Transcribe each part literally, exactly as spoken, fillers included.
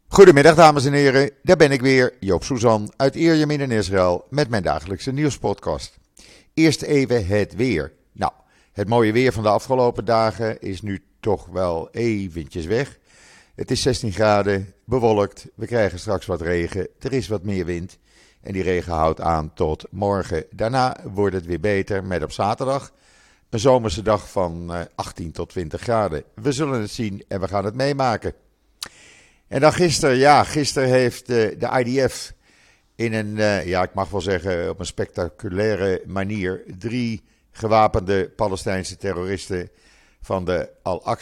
Goedemiddag dames en heren, daar ben ik weer, Joop Suzan uit Ierjemien in Israël met mijn dagelijkse nieuwspodcast. Eerst even het weer. Nou, het mooie weer van de afgelopen dagen is nu toch wel eventjes weg. Het is zestien graden, bewolkt, we krijgen straks wat regen, er is wat meer wind en die regen houdt aan tot morgen. Daarna wordt het weer beter met op zaterdag een zomerse dag van achttien tot twintig graden. We zullen het zien en we gaan het meemaken. En dan gisteren, ja, gisteren heeft uh, de I D F in een, uh, ja, ik mag wel zeggen, op een spectaculaire manier drie gewapende Palestijnse terroristen van de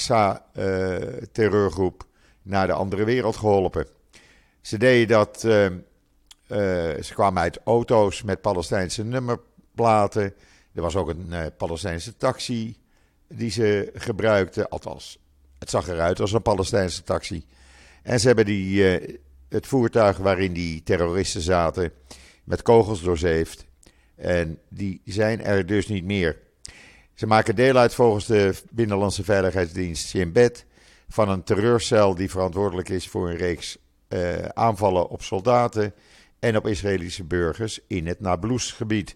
Al-Aqsa-terreurgroep uh, naar de andere wereld geholpen. Ze deden dat, uh, uh, ze kwamen uit auto's met Palestijnse nummerplaten. Er was ook een uh, Palestijnse taxi die ze gebruikten, althans, het zag eruit als een Palestijnse taxi. En ze hebben die, uh, het voertuig waarin die terroristen zaten met kogels doorzeefd. En die zijn er dus niet meer. Ze maken deel uit volgens de Binnenlandse Veiligheidsdienst Shin Bet van een terreurcel die verantwoordelijk is voor een reeks uh, aanvallen op soldaten en op Israëlische burgers in het Nablus-gebied.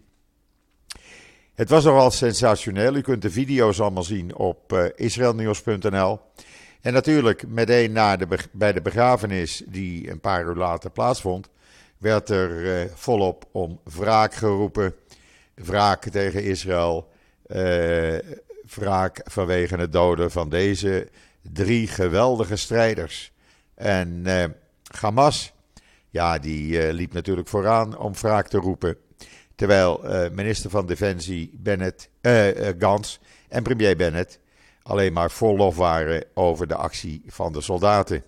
Het was nogal sensationeel. U kunt de video's allemaal zien op uh, israelnieuws punt n l. En natuurlijk, meteen na de, bij de begrafenis die een paar uur later plaatsvond, werd er uh, volop om wraak geroepen. Wraak tegen Israël. Uh, wraak vanwege het doden van deze drie geweldige strijders. En uh, Hamas, ja, die uh, liep natuurlijk vooraan om wraak te roepen. Terwijl uh, minister van Defensie Bennett, uh, uh, Gantz en premier Bennett alleen maar vol lof waren over de actie van de soldaten.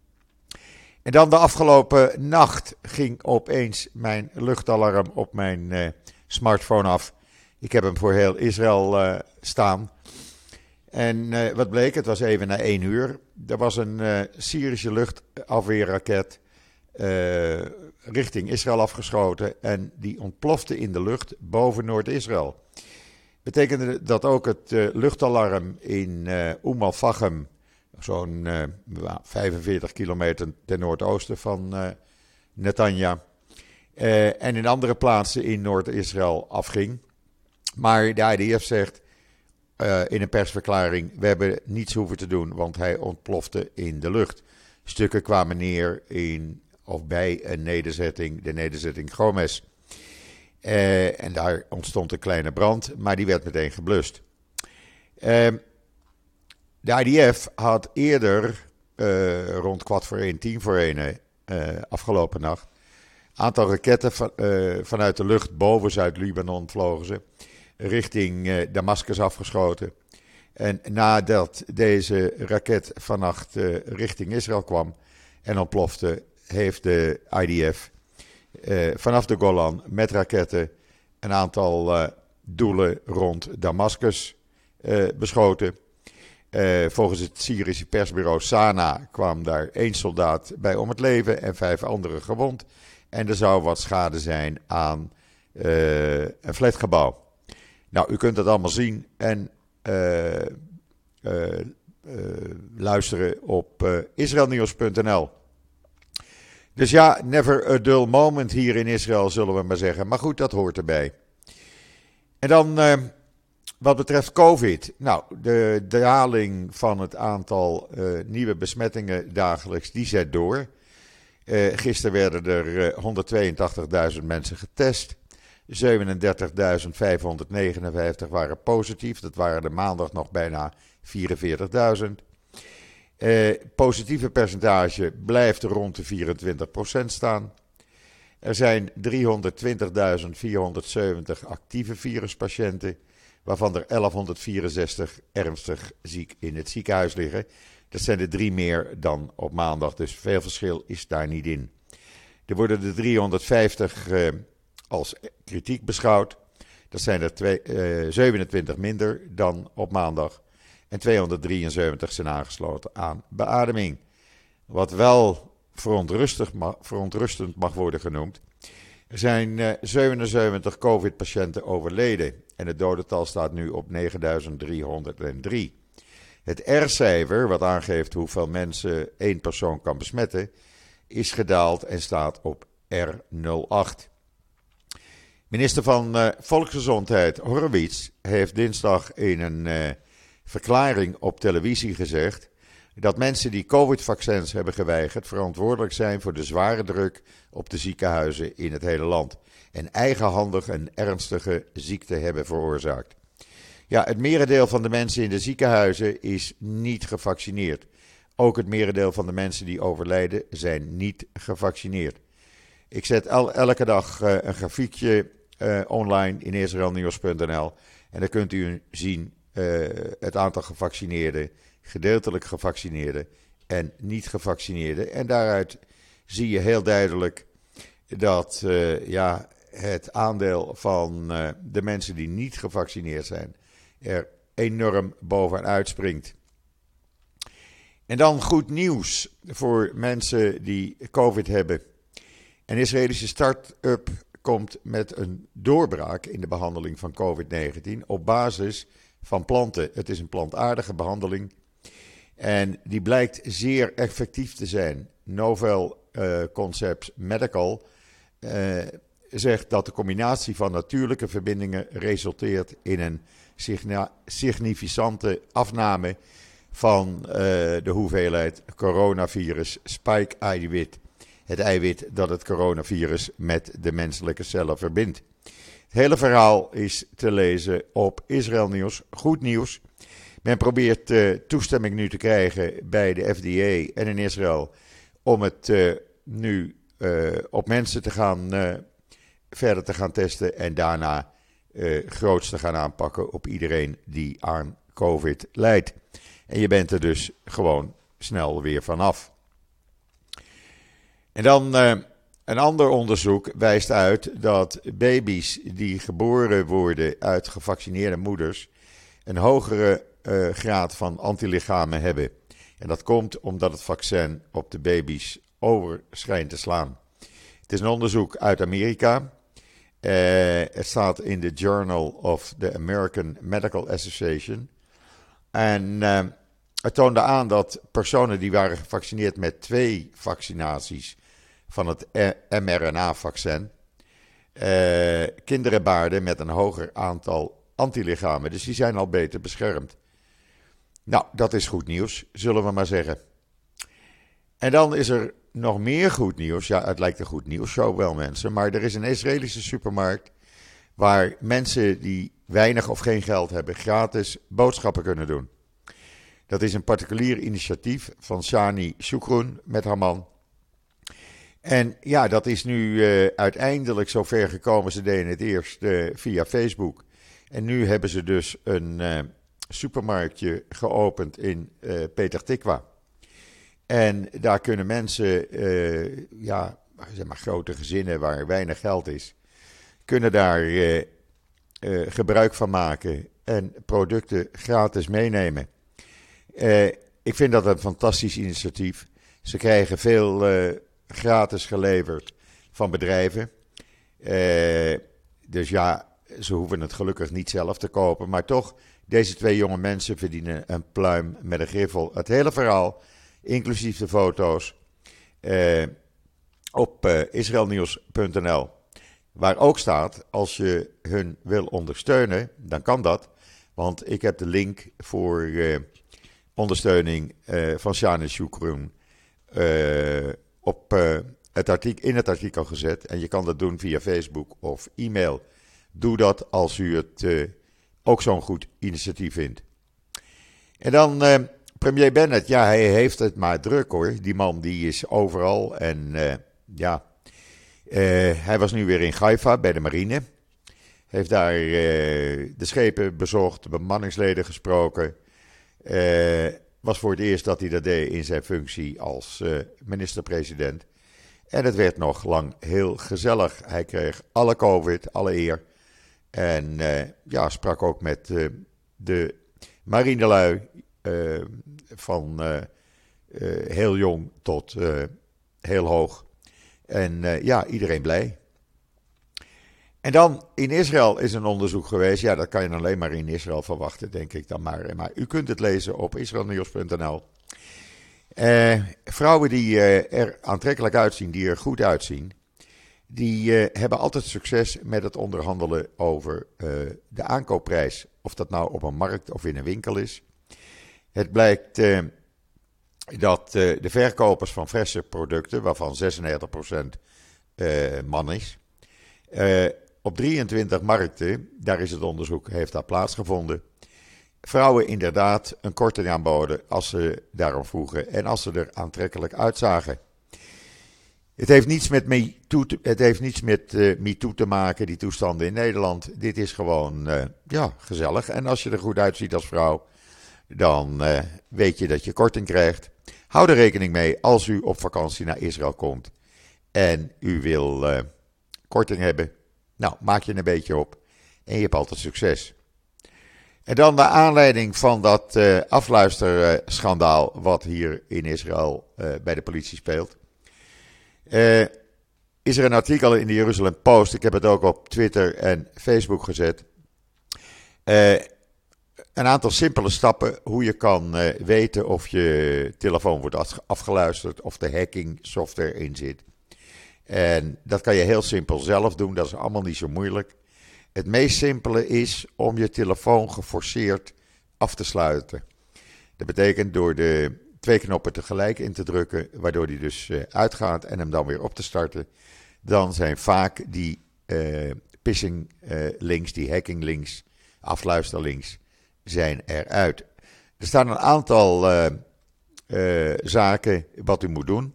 En dan de afgelopen nacht ging opeens mijn luchtalarm op mijn uh, smartphone af. Ik heb hem voor heel Israël uh, staan. En uh, wat bleek, het was even na één uur. Er was een uh, Syrische luchtafweerraket uh, richting Israël afgeschoten en die ontplofte in de lucht boven Noord-Israël. Betekende dat ook het uh, luchtalarm in uh, Umm al-Fahim, zo'n uh, vijfenveertig kilometer ten noordoosten van uh, Netanya, uh, en in andere plaatsen in Noord-Israël afging. Maar de I D F zegt uh, in een persverklaring, we hebben niets hoeven te doen, want hij ontplofte in de lucht. Stukken kwamen neer in of bij een nederzetting, de nederzetting Gomes. Uh, en daar ontstond een kleine brand, maar die werd meteen geblust. Uh, de I D F had eerder, uh, rond kwart voor één, tien voor één, uh, afgelopen nacht, een aantal raketten van, uh, vanuit de lucht boven Zuid-Libanon vlogen ze, richting uh, Damascus afgeschoten. En nadat deze raket vannacht uh, richting Israël kwam en ontplofte, heeft de I D F Uh, vanaf de Golan met raketten een aantal uh, doelen rond Damascus uh, beschoten. Uh, volgens het Syrische persbureau Sana kwam daar één soldaat bij om het leven en vijf anderen gewond. En er zou wat schade zijn aan uh, een flatgebouw. Nou, u kunt dat allemaal zien en uh, uh, uh, luisteren op uh, israelnieuws punt n l. Dus ja, never a dull moment hier in Israël, zullen we maar zeggen. Maar goed, dat hoort erbij. En dan uh, wat betreft COVID. Nou, de daling van het aantal uh, nieuwe besmettingen dagelijks, die zet door. Uh, gisteren werden er uh, honderdtweeëntachtigduizend mensen getest. zevenendertigduizend vijfhonderdnegenenvijftig waren positief. Dat waren de maandag nog bijna vierenveertigduizend. Uh, positieve percentage blijft rond de vierentwintig procent staan. Er zijn driehonderdtwintigduizend vierhonderdzeventig actieve viruspatiënten, waarvan er elfhonderdvierenzestig ernstig ziek in het ziekenhuis liggen. Dat zijn er drie meer dan op maandag, dus veel verschil is daar niet in. Er worden er driehonderdvijftig uh, als kritiek beschouwd. Dat zijn er twee, uh, zevenentwintig minder dan op maandag. En tweehonderddrieënzeventig zijn aangesloten aan beademing. Wat wel verontrustend mag, verontrustend mag worden genoemd. Er zijn uh, zevenenzeventig COVID-patiënten overleden. En het dodental staat nu op negenduizend driehonderddrie. Het R-cijfer, wat aangeeft hoeveel mensen één persoon kan besmetten, is gedaald en staat op R nul acht. Minister van uh, Volksgezondheid Horowitz heeft dinsdag in een uh, verklaring op televisie gezegd dat mensen die COVID-vaccins hebben geweigerd verantwoordelijk zijn voor de zware druk op de ziekenhuizen in het hele land en eigenhandig een ernstige ziekte hebben veroorzaakt. Ja, het merendeel van de mensen in de ziekenhuizen is niet gevaccineerd. Ook het merendeel van de mensen die overlijden zijn niet gevaccineerd. Ik zet el- elke dag uh, een grafiekje uh, online in israelnieuws punt n l en dan kunt u zien uh, het aantal gevaccineerden, gedeeltelijk gevaccineerden en niet gevaccineerden. En daaruit zie je heel duidelijk dat uh, ja, het aandeel van uh, de mensen die niet gevaccineerd zijn er enorm bovenuit springt. En dan goed nieuws voor mensen die COVID hebben. Een Israëlische start-up komt met een doorbraak in de behandeling van covid negentien op basis van planten. Het is een plantaardige behandeling en die blijkt zeer effectief te zijn. Novel uh, Concepts Medical uh, zegt dat de combinatie van natuurlijke verbindingen resulteert in een significante afname van uh, de hoeveelheid coronavirus spike-eiwit. Het eiwit dat het coronavirus met de menselijke cellen verbindt. Het hele verhaal is te lezen op Israël Nieuws. Goed nieuws. Men probeert uh, toestemming nu te krijgen bij de F D A en in Israël om het uh, nu uh, op mensen te gaan uh, verder te gaan testen en daarna uh, groots te gaan aanpakken op iedereen die aan COVID lijdt. En je bent er dus gewoon snel weer vanaf. En dan uh, een ander onderzoek wijst uit dat baby's die geboren worden uit gevaccineerde moeders een hogere uh, graad van antilichamen hebben. En dat komt omdat het vaccin op de baby's over schijnt te slaan. Het is een onderzoek uit Amerika. Uh, het staat in de Journal of the American Medical Association. En uh, het toonde aan dat personen die waren gevaccineerd met twee vaccinaties van het mRNA-vaccin uh, kinderen baarden met een hoger aantal antilichamen. Dus die zijn al beter beschermd. Nou, dat is goed nieuws, zullen we maar zeggen. En dan is er nog meer goed nieuws. Ja, het lijkt een goed nieuwsshow wel, mensen. Maar er is een Israëlische supermarkt waar mensen die weinig of geen geld hebben gratis boodschappen kunnen doen. Dat is een particulier initiatief van Shani Shukron met haar man. En ja, dat is nu uh, uiteindelijk zover gekomen. Ze deden het eerst uh, via Facebook. En nu hebben ze dus een uh, supermarktje geopend in uh, Petah Tikwa. En daar kunnen mensen, uh, ja, zeg maar grote gezinnen waar weinig geld is, kunnen daar uh, uh, gebruik van maken en producten gratis meenemen. Uh, ik vind dat een fantastisch initiatief. Ze krijgen veel uh, gratis geleverd van bedrijven. Uh, dus ja, ze hoeven het gelukkig niet zelf te kopen. Maar toch, deze twee jonge mensen verdienen een pluim met een griffel. Het hele verhaal, inclusief de foto's, uh, op uh, israelnieuws punt n l. Waar ook staat, als je hun wil ondersteunen, dan kan dat. Want ik heb de link voor uh, ondersteuning uh, van Shani Shukron uh, op, uh, het artikel, in het artikel gezet. En je kan dat doen via Facebook of e-mail. Doe dat als u het uh, ook zo'n goed initiatief vindt. En dan uh, premier Bennett. Ja, hij heeft het maar druk hoor. Die man die is overal. En uh, ja, uh, hij was nu weer in Haifa bij de marine. Heeft daar uh, de schepen bezocht, de bemanningsleden gesproken. Uh, was voor het eerst dat hij dat deed in zijn functie als uh, minister-president. En het werd nog lang heel gezellig. Hij kreeg alle COVID, alle eer. En uh, ja, sprak ook met uh, de marinelui uh, van uh, uh, heel jong tot uh, heel hoog. En uh, ja, iedereen blij. En dan in Israël is een onderzoek geweest. Ja, dat kan je alleen maar in Israël verwachten, denk ik dan maar. Maar u kunt het lezen op israelnieuws punt n l. Uh, vrouwen die uh, er aantrekkelijk uitzien, die er goed uitzien, die uh, hebben altijd succes met het onderhandelen over uh, de aankoopprijs. Of dat nou op een markt of in een winkel is. Het blijkt uh, dat uh, de verkopers van frisse producten, waarvan zesennegentig procent uh, man is, uh, op drieëntwintig markten, daar is het onderzoek, heeft dat plaatsgevonden, vrouwen inderdaad een korting aanboden als ze daarom vroegen en als ze er aantrekkelijk uitzagen. Het heeft niets met MeToo te, het heeft niets met uh, MeToo te maken, die toestanden in Nederland. Dit is gewoon uh, ja, gezellig. En als je er goed uitziet als vrouw, dan uh, weet je dat je korting krijgt. Hou er rekening mee als u op vakantie naar Israël komt en u wil uh, korting hebben. Nou, maak je een beetje op en je hebt altijd succes. En dan de aanleiding van dat uh, afluisterschandaal wat hier in Israël uh, bij de politie speelt. Uh, is er een artikel in de Jeruzalem Post, ik heb het ook op Twitter en Facebook gezet. Uh, een aantal simpele stappen hoe je kan uh, weten of je telefoon wordt afgeluisterd of de hacking software in zit. En dat kan je heel simpel zelf doen, dat is allemaal niet zo moeilijk. Het meest simpele is om je telefoon geforceerd af te sluiten. Dat betekent door de twee knoppen tegelijk in te drukken, waardoor die dus uh, uitgaat en hem dan weer op te starten. Dan zijn vaak die uh, phishing uh, links, die hacking links, afluisterlinks, zijn eruit. Er staan een aantal uh, uh, zaken wat u moet doen.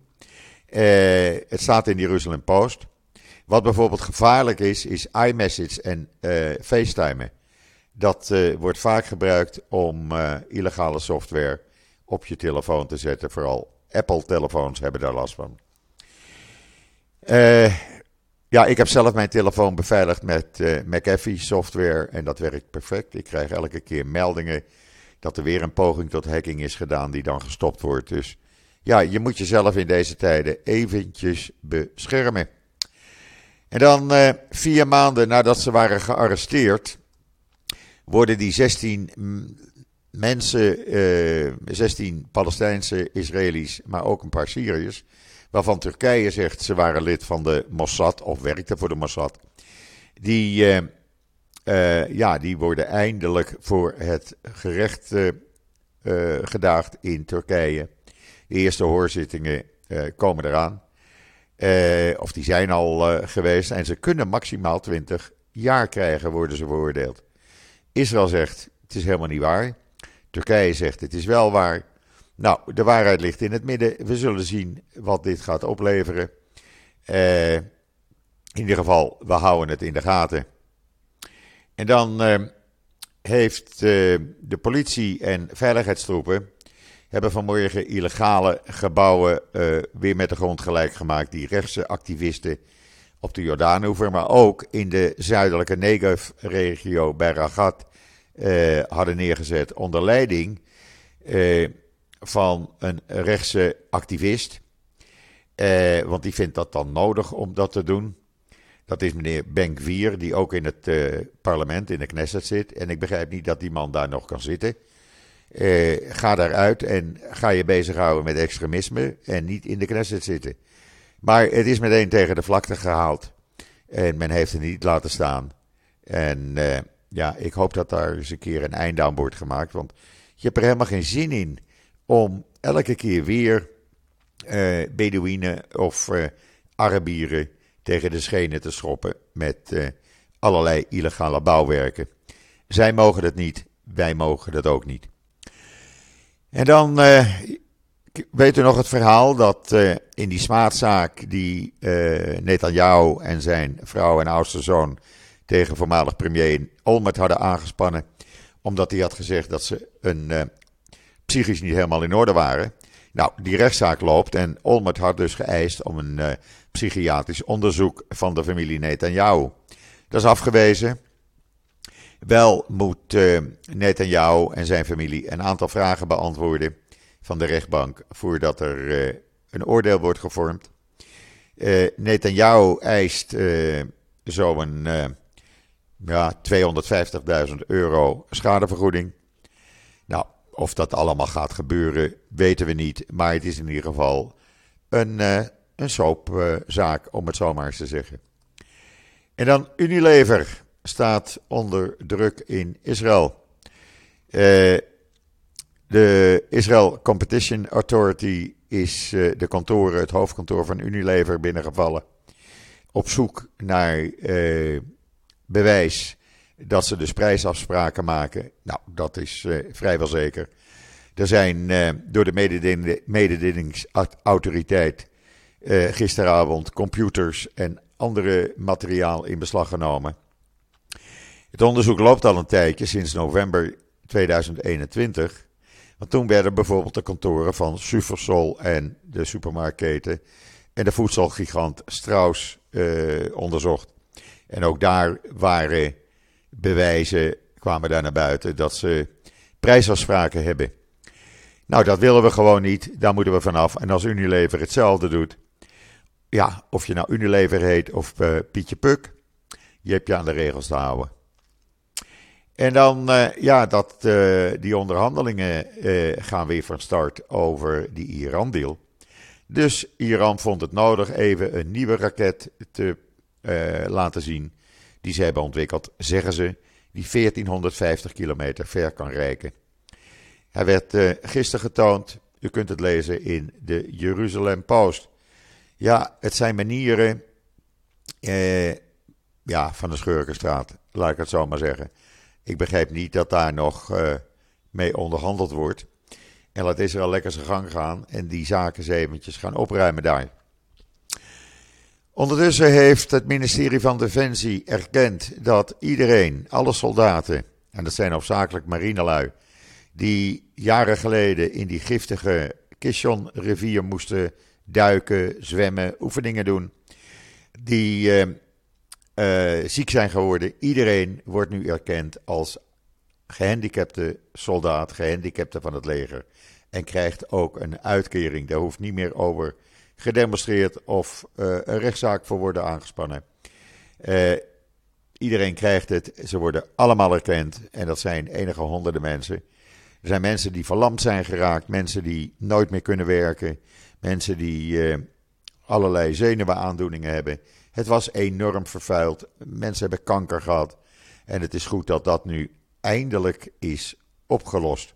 Uh, het staat in de Jeruzalem Post. Wat bijvoorbeeld gevaarlijk is, is iMessage en uh, FaceTimen. Dat uh, wordt vaak gebruikt om uh, illegale software op je telefoon te zetten. Vooral Apple-telefoons hebben daar last van. Uh, ja, ik heb zelf mijn telefoon beveiligd met uh, McAfee-software en dat werkt perfect. Ik krijg elke keer meldingen dat er weer een poging tot hacking is gedaan die dan gestopt wordt. Dus ja, je moet jezelf in deze tijden eventjes beschermen. En dan uh, vier maanden nadat ze waren gearresteerd, worden die zestien mensen, uh, zestien Palestijnse Israëli's, maar ook een paar Syriërs, waarvan Turkije zegt ze waren lid van de Mossad of werkten voor de Mossad. Die, uh, uh, ja, die worden eindelijk voor het gerecht uh, uh, gedaagd in Turkije. De eerste hoorzittingen uh, komen eraan. Uh, of die zijn al uh, geweest en ze kunnen maximaal twintig jaar krijgen, worden ze veroordeeld. Israël zegt, het is helemaal niet waar. Turkije zegt, het is wel waar. Nou, de waarheid ligt in het midden. We zullen zien wat dit gaat opleveren. Uh, in ieder geval, we houden het in de gaten. En dan uh, heeft uh, de politie en veiligheidstroepen hebben vanmorgen illegale gebouwen uh, weer met de grond gelijk gemaakt. Die rechtse activisten op de Jordaanoever, maar ook in de zuidelijke Negev-regio bij Ragat uh, hadden neergezet onder leiding uh, van een rechtse activist. Uh, want die vindt dat dan nodig om dat te doen. Dat is meneer Ben-Gvir, die ook in het uh, parlement, in de Knesset zit. En ik begrijp niet dat die man daar nog kan zitten. Uh, ga daaruit en ga je bezighouden met extremisme en niet in de Knesset zitten. Maar het is meteen tegen de vlakte gehaald. En men heeft het niet laten staan. En uh, ja, ik hoop dat daar eens een keer een einde aan wordt gemaakt. Want je hebt er helemaal geen zin in om elke keer weer uh, Bedouinen of uh, Arabieren tegen de schenen te schoppen met uh, allerlei illegale bouwwerken. Zij mogen dat niet, wij mogen dat ook niet. En dan uh, weet u nog het verhaal dat uh, in die smaadzaak die uh, Netanyahu en zijn vrouw en oudste zoon tegen voormalig premier Olmert hadden aangespannen, omdat hij had gezegd dat ze een, uh, psychisch niet helemaal in orde waren. Nou, die rechtszaak loopt en Olmert had dus geëist om een uh, psychiatrisch onderzoek van de familie Netanyahu. Dat is afgewezen. Wel moet uh, Netanyahu en zijn familie een aantal vragen beantwoorden van de rechtbank voordat er uh, een oordeel wordt gevormd. Uh, Netanyahu eist uh, zo'n uh, ja, tweehonderdvijftigduizend euro schadevergoeding. Nou, of dat allemaal gaat gebeuren, weten we niet. Maar het is in ieder geval een, uh, een soapzaak, uh, om het zo maar eens te zeggen. En dan Unilever staat onder druk in Israël. Uh, de Israel Competition Authority is uh, de kantoren, het hoofdkantoor van Unilever binnengevallen. Op zoek naar uh, bewijs dat ze dus prijsafspraken maken. Nou, dat is uh, vrijwel zeker. Er zijn uh, door de mededing- mededingingsautoriteit uh, gisteravond computers en andere materiaal in beslag genomen. Het onderzoek loopt al een tijdje, sinds november tweeduizend eenentwintig. Want toen werden bijvoorbeeld de kantoren van Suffersol en de supermarktketen en de voedselgigant Strauss uh, onderzocht. En ook daar waren bewijzen, kwamen daar naar buiten, dat ze prijsafspraken hebben. Nou, dat willen we gewoon niet, daar moeten we vanaf. En als Unilever hetzelfde doet, ja, of je nou Unilever heet of uh, Pietje Puk, je hebt je aan de regels te houden. En dan, uh, ja, dat, uh, die onderhandelingen uh, gaan weer van start over die Iran-deal. Dus Iran vond het nodig even een nieuwe raket te uh, laten zien, die ze hebben ontwikkeld, zeggen ze, die veertienhonderdvijftig kilometer ver kan reiken. Hij werd uh, gisteren getoond, u kunt het lezen in de Jeruzalem Post. Ja, het zijn manieren uh, ja, van de Schurkenstraat, laat ik het zo maar zeggen. Ik begrijp niet dat daar nog uh, mee onderhandeld wordt. En laat Israël lekker zijn gang gaan en die zaken eens eventjes gaan opruimen daar. Ondertussen heeft het ministerie van Defensie erkend dat iedereen, alle soldaten, en dat zijn hoofdzakelijk marinelui, die jaren geleden in die giftige Kishon-rivier moesten duiken, zwemmen, oefeningen doen, die uh, uh, ziek zijn geworden. Iedereen wordt nu erkend als gehandicapte soldaat, gehandicapte van het leger. En krijgt ook een uitkering. Daar hoeft niet meer over gedemonstreerd of uh, een rechtszaak voor worden aangespannen. Uh, iedereen krijgt het. Ze worden allemaal erkend. En dat zijn enige honderden mensen. Er zijn mensen die verlamd zijn geraakt. Mensen die nooit meer kunnen werken. Mensen die uh, allerlei zenuwaandoeningen hebben. Het was enorm vervuild. Mensen hebben kanker gehad. En het is goed dat dat nu eindelijk is opgelost.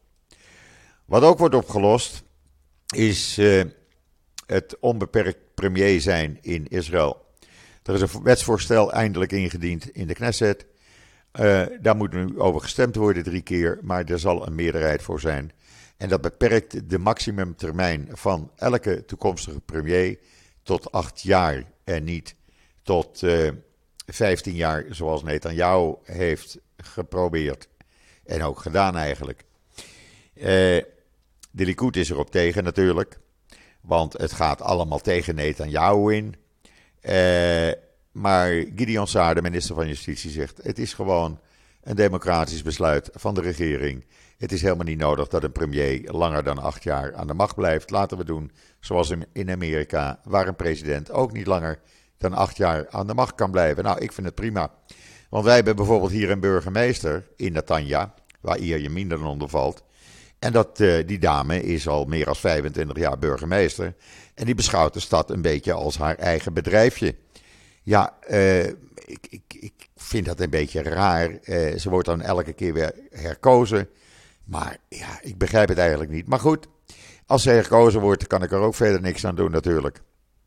Wat ook wordt opgelost is uh, het onbeperkt premier zijn in Israël. Er is een wetsvoorstel eindelijk ingediend in de Knesset. Uh, daar moet nu over gestemd worden drie keer, maar er zal een meerderheid voor zijn. En dat beperkt de maximumtermijn van elke toekomstige premier tot acht jaar en niet tot uh, vijftien jaar, zoals Netanyahu heeft geprobeerd en ook gedaan eigenlijk. Uh, de Likud is erop tegen natuurlijk, want het gaat allemaal tegen Netanyahu in. Uh, maar Gideon Saar, de minister van Justitie, zegt het is gewoon een democratisch besluit van de regering. Het is helemaal niet nodig dat een premier langer dan acht jaar aan de macht blijft. Laten we doen zoals in Amerika, waar een president ook niet langer dan acht jaar aan de macht kan blijven. Nou, ik vind het prima. Want wij hebben bijvoorbeeld hier een burgemeester in Netanya, waar hier je minder dan onder valt. En dat, uh, die dame is al meer dan vijfentwintig jaar burgemeester. En die beschouwt de stad een beetje als haar eigen bedrijfje. Ja, uh, ik, ik, ik vind dat een beetje raar. Uh, ze wordt dan elke keer weer herkozen. Maar ja, ik begrijp het eigenlijk niet. Maar goed, als ze herkozen wordt, kan ik er ook verder niks aan doen natuurlijk.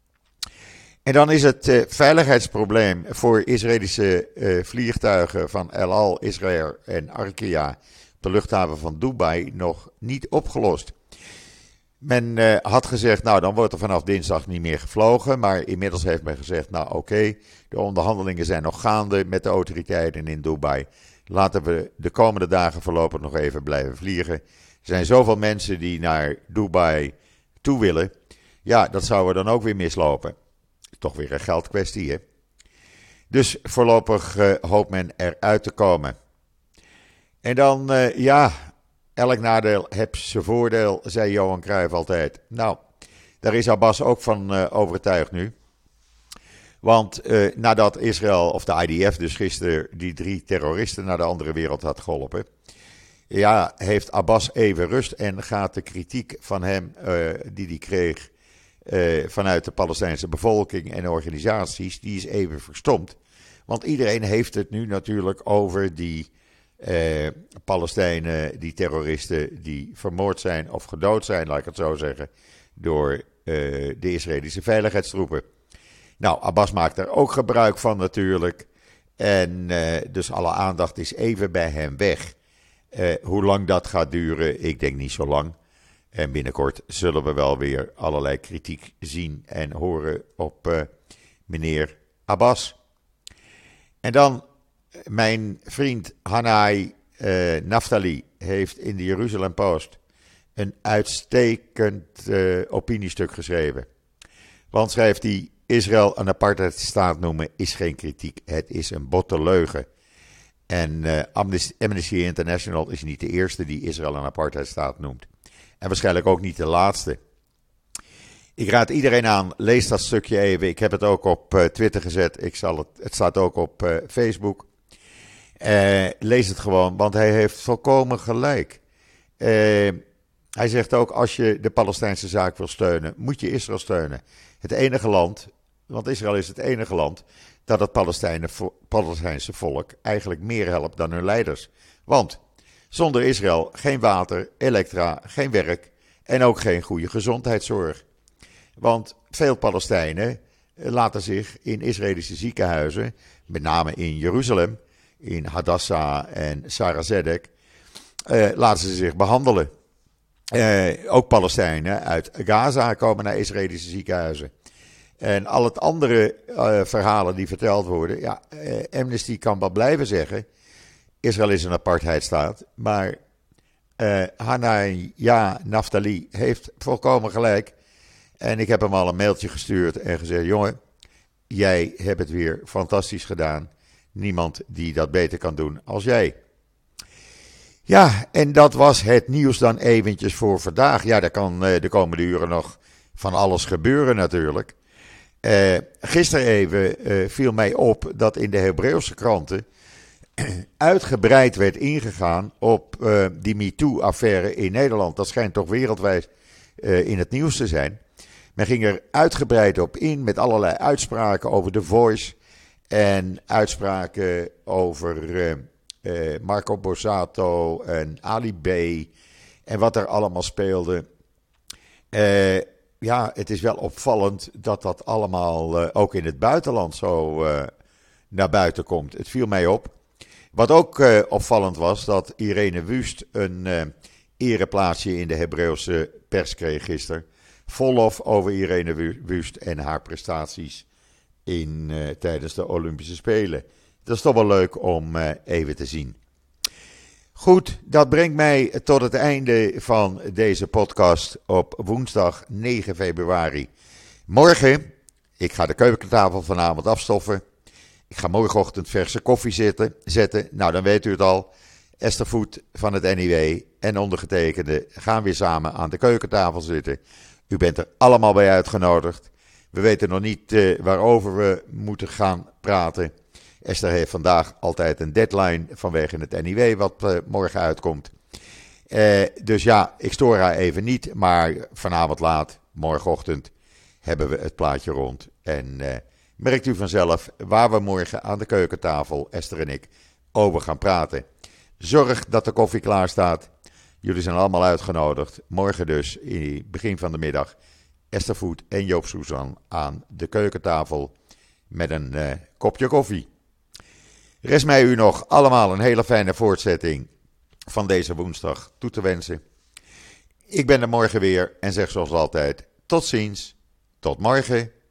En dan is het uh, veiligheidsprobleem voor Israëlische uh, vliegtuigen van El Al, Israël en Arkia op de luchthaven van Dubai nog niet opgelost. Men uh, had gezegd, nou dan wordt er vanaf dinsdag niet meer gevlogen, maar inmiddels heeft men gezegd, nou oké, okay, de onderhandelingen zijn nog gaande met de autoriteiten in Dubai. Laten we de komende dagen voorlopig nog even blijven vliegen. Er zijn zoveel mensen die naar Dubai toe willen. Ja, dat zou er dan ook weer mislopen. Toch weer een geldkwestie, hè. Dus voorlopig uh, hoopt men eruit te komen. En dan, uh, ja, elk nadeel heeft zijn voordeel, zei Johan Cruijff altijd. Nou, daar is Abbas ook van uh, overtuigd nu. Want uh, nadat Israël, of de I D F dus gisteren, die drie terroristen naar de andere wereld had geholpen, Ja, heeft Abbas even rust en gaat de kritiek van hem, uh, die hij kreeg uh, vanuit de Palestijnse bevolking en organisaties, die is even verstomd. Want iedereen heeft het nu natuurlijk over die uh, Palestijnen, die terroristen die vermoord zijn of gedood zijn, laat ik het zo zeggen, door uh, de Israëlische veiligheidstroepen. Nou, Abbas maakt er ook gebruik van natuurlijk. En uh, dus alle aandacht is even bij hem weg. Uh, hoe lang dat gaat duren, ik denk niet zo lang. En binnenkort zullen we wel weer allerlei kritiek zien en horen op uh, meneer Abbas. En dan mijn vriend Hanai uh, Naftali heeft in de Jeruzalem Post een uitstekend uh, opiniestuk geschreven. Want schrijft hij, Israël een apartheidstaat noemen is geen kritiek, het is een botte leugen. En uh, Amnesty International is niet de eerste die Israël een apartheidstaat noemt. En waarschijnlijk ook niet de laatste. Ik raad iedereen aan, lees dat stukje even. Ik heb het ook op uh, Twitter gezet, ik zal het, het staat ook op uh, Facebook. Uh, lees het gewoon, want hij heeft volkomen gelijk. Uh, hij zegt ook, als je de Palestijnse zaak wil steunen, moet je Israël steunen. Het enige land, want Israël is het enige land, dat het Palestijnse volk eigenlijk meer helpt dan hun leiders. Want zonder Israël geen water, elektra, geen werk en ook geen goede gezondheidszorg. Want veel Palestijnen laten zich in Israëlische ziekenhuizen, met name in Jeruzalem, in Hadassah en Sarah Zedek, eh, laten ze zich behandelen. Eh, ook Palestijnen uit Gaza komen naar Israëlische ziekenhuizen. En al het andere uh, verhalen die verteld worden, ja, uh, Amnesty kan wel blijven zeggen, Israël is een apartheidstaat, maar uh, Hanai, ja, Naftali heeft volkomen gelijk. En ik heb hem al een mailtje gestuurd en gezegd, jongen, jij hebt het weer fantastisch gedaan. Niemand die dat beter kan doen als jij. Ja, en dat was het nieuws dan eventjes voor vandaag. Ja, daar kan uh, de komende uren nog van alles gebeuren natuurlijk. Uh, gisteren even uh, viel mij op dat in de Hebreeuwse kranten uitgebreid werd ingegaan op uh, die MeToo-affaire in Nederland. Dat schijnt toch wereldwijd uh, in het nieuws te zijn. Men ging er uitgebreid op in met allerlei uitspraken over The Voice en uitspraken over uh, uh, Marco Borsato en Ali B. en wat er allemaal speelde. Uh, Ja, het is wel opvallend dat dat allemaal uh, ook in het buitenland zo uh, naar buiten komt. Het viel mij op. Wat ook uh, opvallend was, dat Irene Wust een uh, ereplaatsje in de Hebreeuwse pers kreeg gisteren. Vol lof over Irene Wust en haar prestaties in, uh, tijdens de Olympische Spelen. Dat is toch wel leuk om uh, even te zien. Goed, dat brengt mij tot het einde van deze podcast op woensdag negen februari. Morgen, ik ga de keukentafel vanavond afstoffen. Ik ga morgenochtend verse koffie zitten, zetten. Nou, dan weet u het al. Esther Voet van het N I W en ondergetekende gaan weer samen aan de keukentafel zitten. U bent er allemaal bij uitgenodigd. We weten nog niet uh, waarover we moeten gaan praten. Esther heeft vandaag altijd een deadline vanwege het N I W wat uh, morgen uitkomt. Uh, dus ja, ik stoor haar even niet, maar vanavond laat, morgenochtend, hebben we het plaatje rond. En uh, merkt u vanzelf waar we morgen aan de keukentafel, Esther en ik, over gaan praten. Zorg dat de koffie klaar staat. Jullie zijn allemaal uitgenodigd. Morgen dus, in het begin van de middag, Esther Voet en Joop Suzan aan de keukentafel met een uh, kopje koffie. Rest mij u nog allemaal een hele fijne voortzetting van deze woensdag toe te wensen. Ik ben er morgen weer en zeg zoals altijd, tot ziens, tot morgen.